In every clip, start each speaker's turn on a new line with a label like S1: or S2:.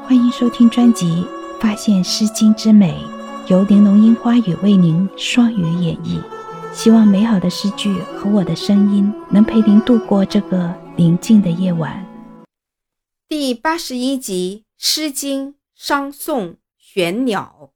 S1: 欢迎收听专辑《发现诗经之美》，由玲珑樱花语为您双语演绎。希望美好的诗句和我的声音能陪您度过这个宁静的夜晚。
S2: 第81集《诗经·商颂·玄鸟》。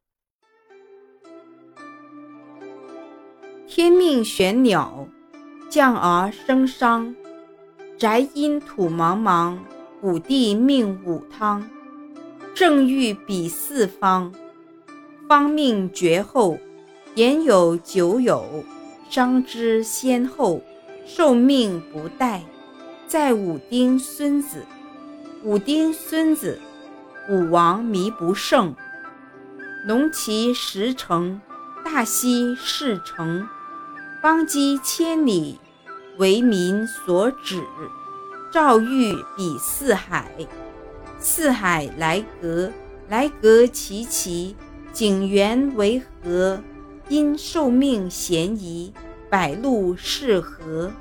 S2: 天命玄鸟，降而生商。宅阴土茫茫，谷地命武汤。正欲比四方，方命绝后。言有久有，商之先后。受命不待，在武丁孙子。武丁孙子，武王弥不胜。农其十成，大兮事成。邦畿千里，为民所指。赵欲比四海，四海来革，来革其其。井源为河，因受命咸宜。百路是河。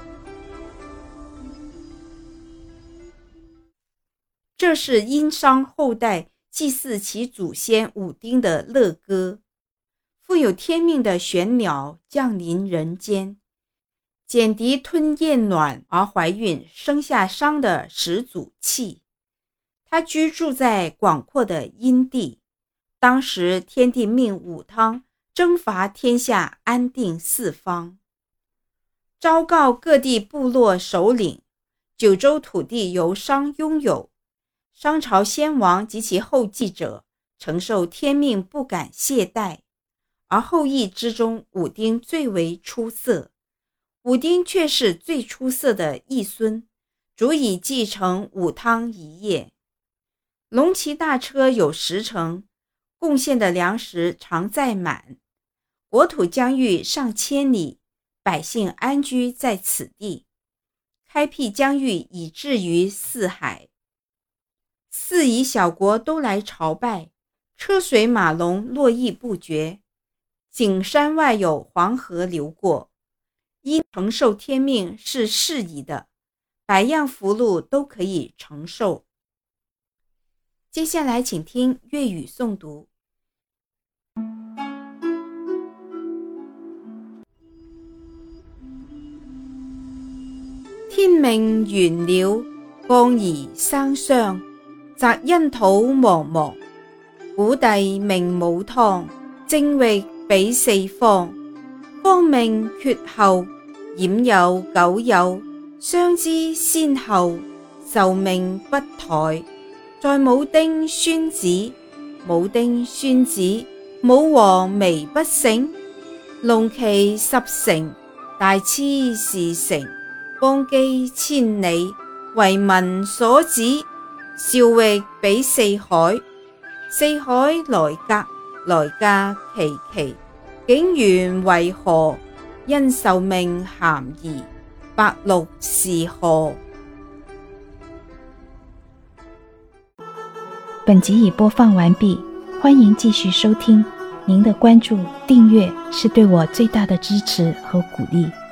S2: 这是殷商后代祭祀其祖先武丁的乐歌。富有天命的玄鸟降临人间，简狄吞燕卵而怀孕，生下商的始祖契。他居住在广阔的殷地，当时天帝命武汤征伐天下，安定四方，昭告各地部落首领，九州土地由商拥有。商朝先王及其后继者承受天命，不敢懈怠，而后裔之中，武丁最为出色。武丁却是最出色的裔孙，足以继承武汤一业。龙骑大车有10乘，贡献的粮食常载满，国土疆域上千里，百姓安居在此地，开辟疆域以至于四海。四夷小国都来朝拜，车水马龙，络绎不绝。景山外有黄河流过，因承受天命是适宜的，百样福禄都可以承受。接下来请听粤语诵读。天命玄鳥，降而生商。澤因土茫茫，古帝命武湯。正域比四方，方命缺後。冉有久有，商之先後。受命不殆，在武丁孫子。武丁孫子，武王彌不勝。龍旗10乘，大雌是城。邦畿千里，為民所指。少域比四海，四海來隔，來隔其其。景源為河，因受命咸宜。百陸是河。
S1: 本集已播放完毕，欢迎继续收听。您的关注、订阅是对我最大的支持和鼓励。